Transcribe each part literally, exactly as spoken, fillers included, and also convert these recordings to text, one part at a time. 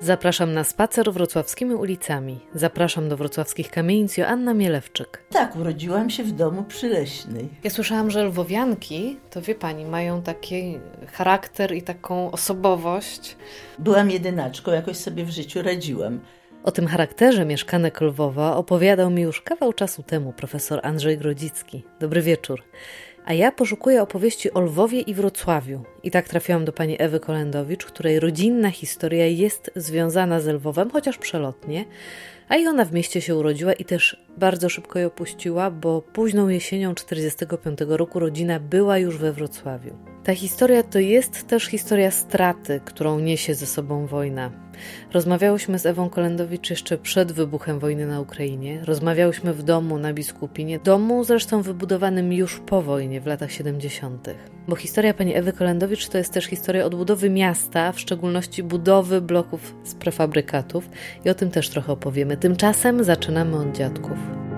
Zapraszam na spacer wrocławskimi ulicami. Zapraszam do wrocławskich kamienic Joanna Mielewczyk. Tak, urodziłam się w domu przyleśnej. Ja słyszałam, że lwowianki, to wie pani, mają taki charakter i taką osobowość. Byłam jedynaczką, jakoś sobie w życiu radziłam. O tym charakterze mieszkanek Lwowa opowiadał mi już kawał czasu temu profesor Andrzej Grodzicki. Dobry wieczór. A ja poszukuję opowieści o Lwowie i Wrocławiu. I tak trafiłam do pani Ewy Kolendowicz, której rodzinna historia jest związana z Lwowem, chociaż przelotnie. A i ona w mieście się urodziła i też bardzo szybko je opuściła, bo późną jesienią czterdziestego piątego roku rodzina była już we Wrocławiu. Ta historia to jest też historia straty, którą niesie ze sobą wojna. Rozmawiałyśmy z Ewą Kolendowicz jeszcze przed wybuchem wojny na Ukrainie. Rozmawiałyśmy w domu na Biskupinie, domu zresztą wybudowanym już po wojnie w latach siedemdziesiątych. Bo historia pani Ewy Kolendowicz to jest też historia odbudowy miasta, w szczególności budowy bloków z prefabrykatów i o tym też trochę opowiemy. Tymczasem zaczynamy od dziadków.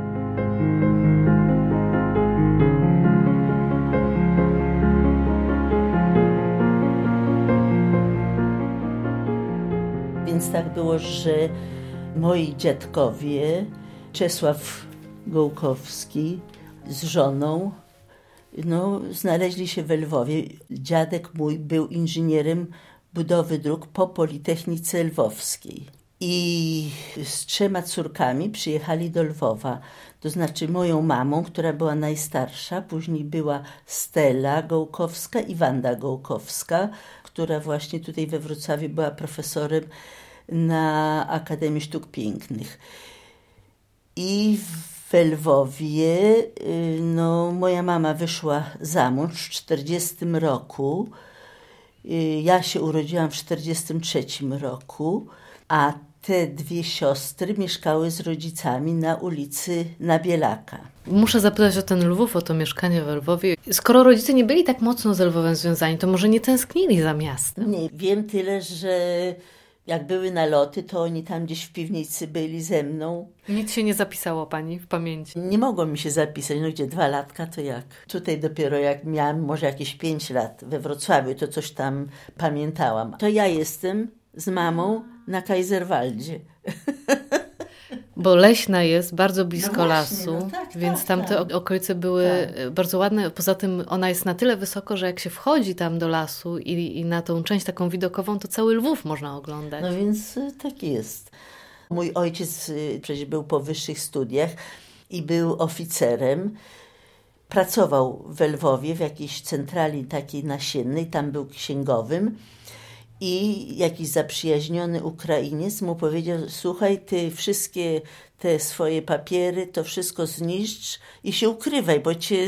Więc tak było, że moi dziadkowie, Czesław Gołkowski z żoną, no, znaleźli się we Lwowie. Dziadek mój był inżynierem budowy dróg po Politechnice Lwowskiej. I z trzema córkami przyjechali do Lwowa. To znaczy moją mamą, która była najstarsza, później była Stella Gołkowska i Wanda Gołkowska, która właśnie tutaj we Wrocławiu była profesorem na Akademii Sztuk Pięknych. I we Lwowie no, moja mama wyszła za mąż w czterdziestym roku. Ja się urodziłam w czterdziestym trzecim roku, a te dwie siostry mieszkały z rodzicami na ulicy Nabielaka. Muszę zapytać o ten Lwów, o to mieszkanie we Lwowie. Skoro rodzice nie byli tak mocno z Lwowem związani, to może nie tęsknili za miastem? Nie, wiem tyle, że jak były naloty, to oni tam gdzieś w piwnicy byli ze mną. Nic się nie zapisało pani w pamięci? Nie mogło mi się zapisać, no gdzie dwa latka, to jak? Tutaj dopiero jak miałam może jakieś pięć lat we Wrocławiu, to coś tam pamiętałam. To ja jestem z mamą na Kaiserwaldzie. Bo Leśna jest bardzo blisko no właśnie, lasu, no tak, więc tak, tamte tak. okolice były tak. bardzo ładne. Poza tym ona jest na tyle wysoko, że jak się wchodzi tam do lasu i, i na tą część taką widokową, to cały Lwów można oglądać. No więc tak jest. Mój ojciec przecież był po wyższych studiach i był oficerem. Pracował we Lwowie w jakiejś centrali takiej nasiennej, tam był księgowym. I jakiś zaprzyjaźniony Ukrainiec mu powiedział: słuchaj, ty wszystkie te swoje papiery, to wszystko zniszcz i się ukrywaj, bo cię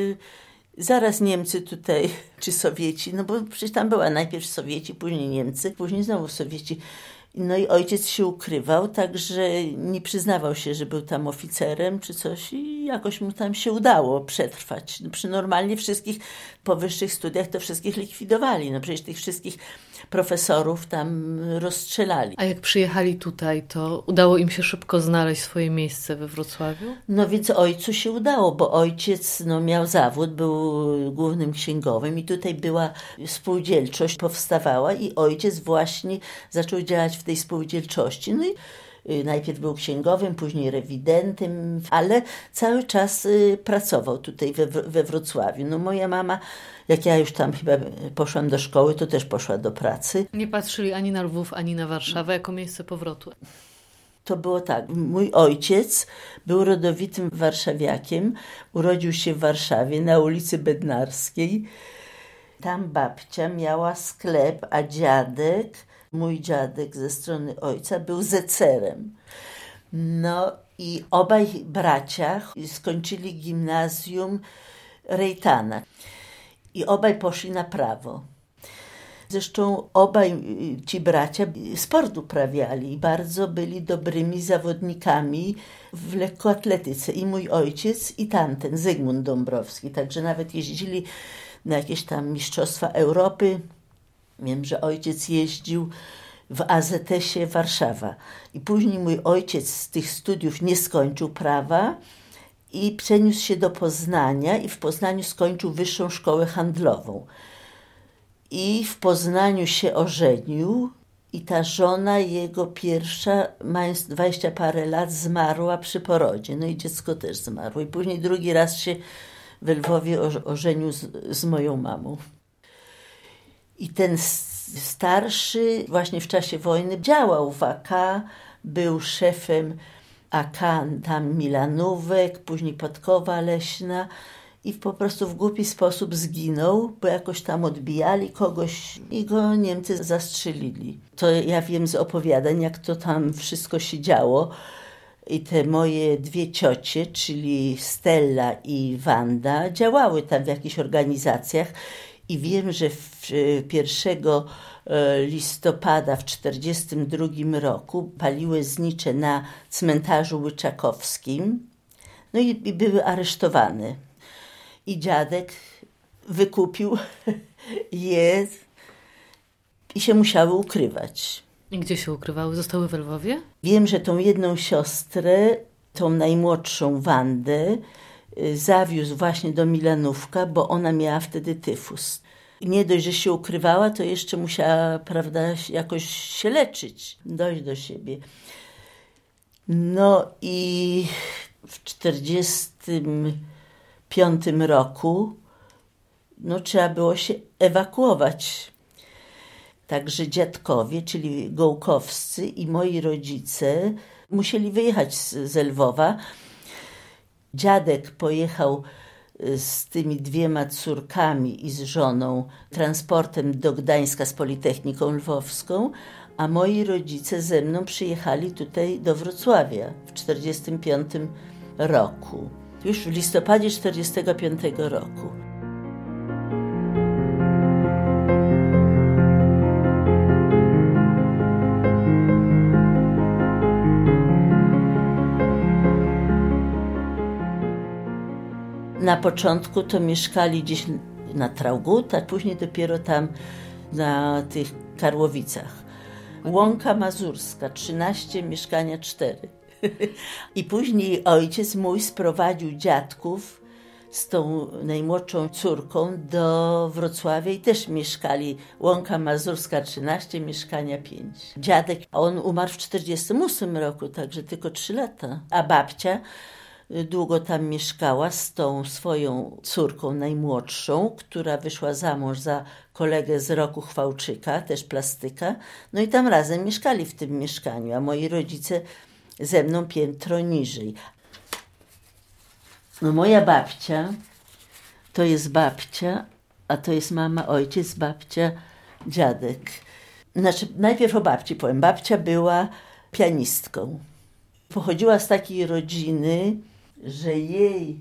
zaraz Niemcy tutaj, czy Sowieci, no bo przecież tam była najpierw Sowieci, później Niemcy, później znowu Sowieci. No i ojciec się ukrywał, także nie przyznawał się, że był tam oficerem czy coś i jakoś mu tam się udało przetrwać. No, przy normalnie wszystkich po wyższych studiach to wszystkich likwidowali. No przecież tych wszystkich profesorów tam rozstrzelali. A jak przyjechali tutaj, to udało im się szybko znaleźć swoje miejsce we Wrocławiu? No więc ojcu się udało, bo ojciec no, miał zawód, był głównym księgowym i tutaj była spółdzielczość, powstawała i ojciec właśnie zaczął działać w tej spółdzielczości. No i najpierw był księgowym, później rewidentem, ale cały czas pracował tutaj we, we Wrocławiu. No moja mama, jak ja już tam chyba poszłam do szkoły, to też poszła do pracy. Nie patrzyli ani na Lwów, ani na Warszawę jako miejsce powrotu. To było tak. Mój ojciec był rodowitym warszawiakiem. Urodził się w Warszawie na ulicy Bednarskiej. Tam babcia miała sklep, a dziadek, mój dziadek ze strony ojca, był zecerem. No i obaj bracia skończyli gimnazjum Rejtana. I obaj poszli na prawo. Zresztą obaj ci bracia sport uprawiali i bardzo byli dobrymi zawodnikami w lekkoatletyce. I mój ojciec, i tamten, Zygmunt Dąbrowski. Także nawet jeździli na jakieś tam mistrzostwa Europy. Wiem, że ojciec jeździł w A Z S-ie Warszawa. I później mój ojciec z tych studiów nie skończył prawa i przeniósł się do Poznania i w Poznaniu skończył Wyższą Szkołę Handlową. I w Poznaniu się ożenił I ta żona jego pierwsza, mając dwadzieścia parę lat, zmarła przy porodzie. No i dziecko też zmarło. I później drugi raz się we Lwowie ożenił z, z moją mamą. I ten starszy właśnie w czasie wojny działał w A K, był szefem A K tam Milanówek, później Podkowa Leśna i po prostu w głupi sposób zginął, bo jakoś tam odbijali kogoś i go Niemcy zastrzelili. To ja wiem z opowiadań, jak to tam wszystko się działo. I te moje dwie ciocie, czyli Stella i Wanda, działały tam w jakichś organizacjach i wiem, że pierwszego listopada w czterdziestym drugim roku paliły znicze na cmentarzu Łyczakowskim, no i, i były aresztowane. I dziadek wykupił je i się musiały ukrywać. I gdzie się ukrywały? Zostały w Lwowie? Wiem, że tą jedną siostrę, tą najmłodszą Wandę, zawiózł właśnie do Milanówka, bo ona miała wtedy tyfus. I nie dość, że się ukrywała, to jeszcze musiała, prawda, jakoś się leczyć, dojść do siebie. No i w czterdziestym piątym roku no, trzeba było się ewakuować. Także dziadkowie, czyli Gołkowscy i moi rodzice musieli wyjechać z, z Lwowa. Dziadek pojechał z tymi dwiema córkami i z żoną transportem do Gdańska z Politechniką Lwowską, a moi rodzice ze mną przyjechali tutaj do Wrocławia w czterdziestym piątym roku. Już w listopadzie czterdziestego piątego roku. Na początku to mieszkali gdzieś na Traugut, a później dopiero tam na tych Karłowicach. Łąka Mazurska, trzynaście, mieszkania cztery. I później ojciec mój sprowadził dziadków z tą najmłodszą córką do Wrocławia i też mieszkali. Łąka Mazurska trzynaście, mieszkania pięć. Dziadek, on umarł w czterdziestym ósmym roku, także tylko trzy lata. A babcia długo tam mieszkała z tą swoją córką najmłodszą, która wyszła za mąż za kolegę z roku Chwałczyka, też plastyka. No i tam razem mieszkali w tym mieszkaniu, a moi rodzice ze mną piętro niżej. No moja babcia to jest babcia, a to jest mama, ojciec, babcia, dziadek. Znaczy, najpierw o babci powiem. Babcia była pianistką. Pochodziła z takiej rodziny, że jej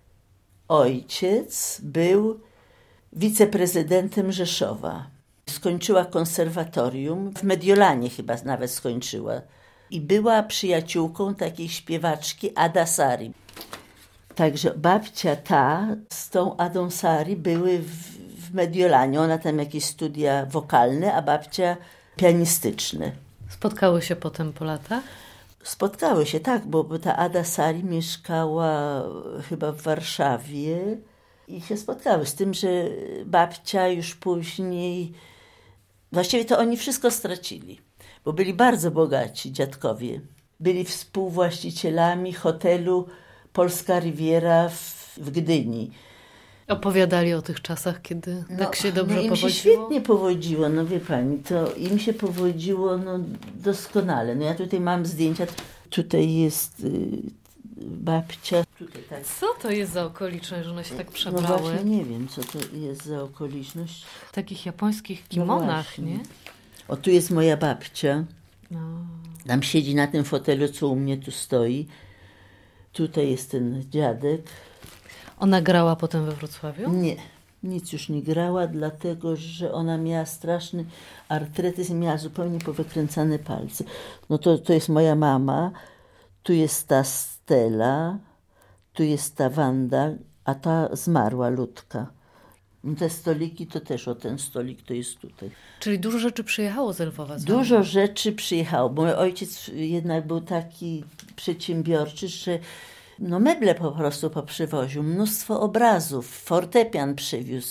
ojciec był wiceprezydentem Rzeszowa. Skończyła konserwatorium, w Mediolanie chyba nawet skończyła. I była przyjaciółką takiej śpiewaczki Ada Sari. Także babcia ta z tą Adą Sari były w, w Mediolanie. Ona tam jakieś studia wokalne, a babcia pianistyczne. Spotkały się potem po latach? Spotkały się, tak, bo, bo ta Ada Sari mieszkała chyba w Warszawie i się spotkały. Z tym, że babcia już później... Właściwie to oni wszystko stracili, bo byli bardzo bogaci dziadkowie. Byli współwłaścicielami hotelu Polska Riviera w, w Gdyni. Opowiadali o tych czasach, kiedy no, tak się dobrze no im powodziło? Im się świetnie powodziło, no wie pani, to im się powodziło no, doskonale. No ja tutaj mam zdjęcia, tutaj jest y, babcia. Tutaj, tak. Co to jest za okoliczność, że one się tak przebrały? No właśnie nie wiem, co to jest za okoliczność. W takich japońskich kimonach, no nie? O, tu jest moja babcia. No. Tam siedzi na tym fotelu, co u mnie tu stoi. Tutaj jest ten dziadek. Ona grała potem we Wrocławiu? Nie, nic już nie grała, dlatego że ona miała straszny artretyzm, miała zupełnie powykręcane palce. No to, to jest moja mama, tu jest ta Stella, tu jest ta Wanda, a ta zmarła Ludka. Te stoliki to też, o ten stolik to jest tutaj. Czyli dużo rzeczy przyjechało z Lwowa? Dużo rzeczy przyjechało, bo mój ojciec jednak był taki przedsiębiorczy, że no meble po prostu poprzywoził, mnóstwo obrazów, fortepian przywiózł,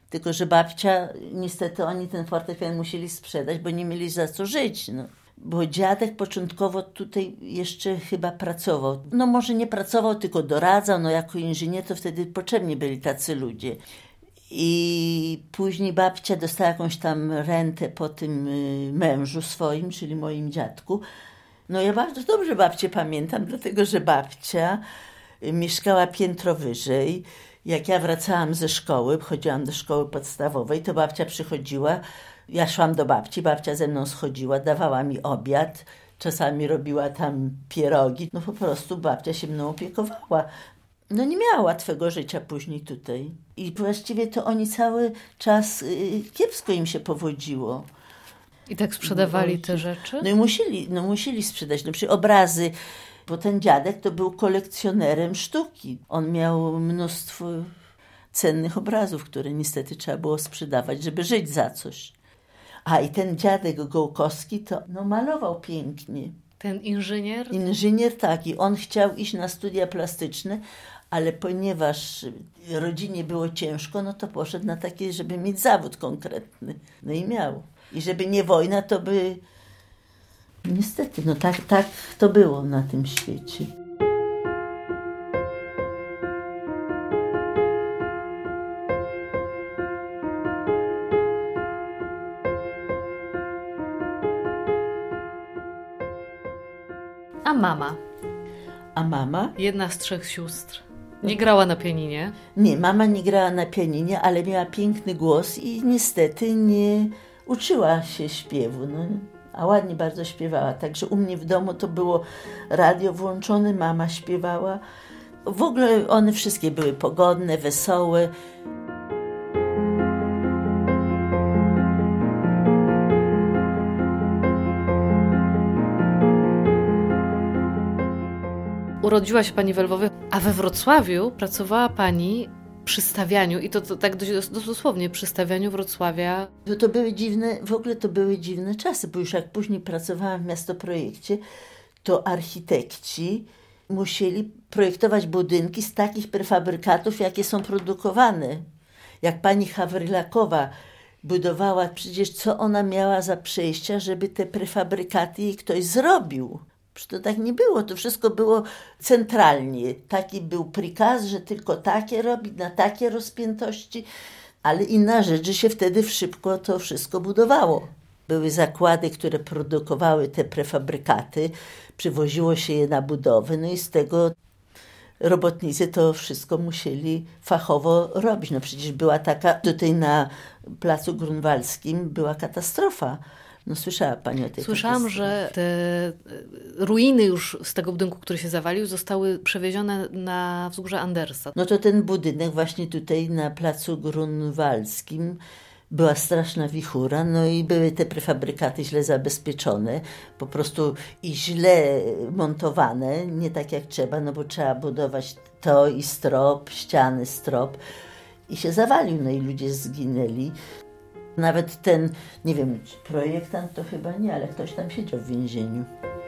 Tylko że babcia, niestety oni ten fortepian musieli sprzedać, bo nie mieli za co żyć. No. Bo dziadek początkowo tutaj jeszcze chyba pracował. No może nie pracował, tylko doradzał, no jako inżynier to wtedy potrzebni byli tacy ludzie. I później babcia dostała jakąś tam rentę po tym mężu swoim, czyli moim dziadku. No ja bardzo dobrze babcię pamiętam, dlatego że babcia mieszkała piętro wyżej. Jak ja wracałam ze szkoły, chodziłam do szkoły podstawowej, to babcia przychodziła, ja szłam do babci, babcia ze mną schodziła, dawała mi obiad, czasami robiła tam pierogi. No po prostu babcia się mną opiekowała. No nie miała łatwego życia później tutaj. I właściwie to oni cały czas y, kiepsko im się powodziło. I tak sprzedawali te rzeczy? No i musieli, no musieli sprzedać. No przy obrazy, bo ten dziadek to był kolekcjonerem sztuki. On miał mnóstwo cennych obrazów, które niestety trzeba było sprzedawać, żeby żyć za coś. A i ten dziadek Gołkowski to no, malował pięknie. Ten inżynier? Inżynier, tak. I on chciał iść na studia plastyczne, ale ponieważ rodzinie było ciężko, no to poszedł na takie, żeby mieć zawód konkretny. No i miał. I żeby nie wojna, to by... Niestety, no tak, tak to było na tym świecie. A mama? A mama? Jedna z trzech sióstr. Nie grała na pianinie? Nie, mama nie grała na pianinie, ale miała piękny głos i niestety nie uczyła się śpiewu. No, a ładnie bardzo śpiewała. Także u mnie w domu to było radio włączone, mama śpiewała. W ogóle one wszystkie były pogodne, wesołe. Urodziła się pani w Lwowie, a we Wrocławiu pracowała pani przy stawianiu, i to, to tak dość dosłownie, przy stawianiu Wrocławia. To, to były dziwne, w ogóle to były dziwne czasy, bo już jak później pracowałam w Miastoprojekcie, to architekci musieli projektować budynki z takich prefabrykatów, jakie są produkowane. Jak pani Hawrylakowa budowała, przecież co ona miała za przejścia, żeby te prefabrykaty jej ktoś zrobił. Przecież to tak nie było, to wszystko było centralnie. Taki był prikaz, że tylko takie robić, na takie rozpiętości, ale inna rzecz, że się wtedy szybko to wszystko budowało. Były zakłady, które produkowały te prefabrykaty, przywoziło się je na budowę, no i z tego robotnicy to wszystko musieli fachowo robić. No przecież była taka, tutaj na Placu Grunwaldzkim była katastrofa. No słyszała pani o tej Słyszałam, katastrofie. że te ruiny już z tego budynku, który się zawalił, zostały przewiezione na wzgórze Andersa. No to ten budynek właśnie tutaj na Placu Grunwaldzkim była straszna wichura, no i były te prefabrykaty źle zabezpieczone, po prostu i źle montowane, nie tak jak trzeba, no bo trzeba budować to i strop, ściany, strop i się zawalił, no i ludzie zginęli. Nawet ten, nie wiem, projektant to chyba nie, ale ktoś tam siedział w więzieniu.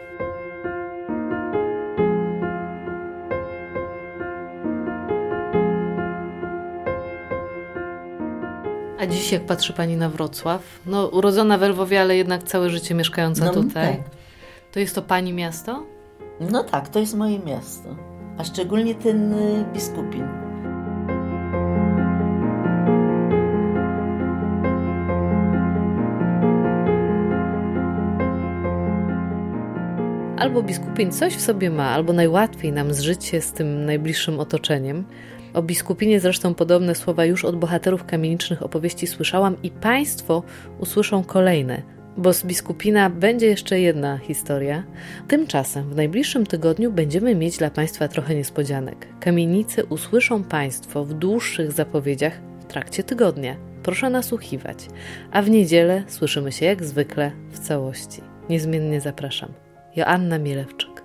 A dziś jak patrzy pani na Wrocław, no urodzona w Lwowie, ale jednak całe życie mieszkająca no, tutaj, tak. To jest to pani miasto? No tak, to jest moje miasto, a szczególnie ten y, Biskupin. Albo Biskupin coś w sobie ma, albo najłatwiej nam zżyć się z tym najbliższym otoczeniem. O Biskupinie zresztą podobne słowa już od bohaterów kamienicznych opowieści słyszałam i państwo usłyszą kolejne, bo z Biskupina będzie jeszcze jedna historia. Tymczasem w najbliższym tygodniu będziemy mieć dla państwa trochę niespodzianek. Kamienice usłyszą państwo w dłuższych zapowiedziach w trakcie tygodnia. Proszę nasłuchiwać. A w niedzielę słyszymy się jak zwykle w całości. Niezmiennie zapraszam. Joanna Mielewczyk.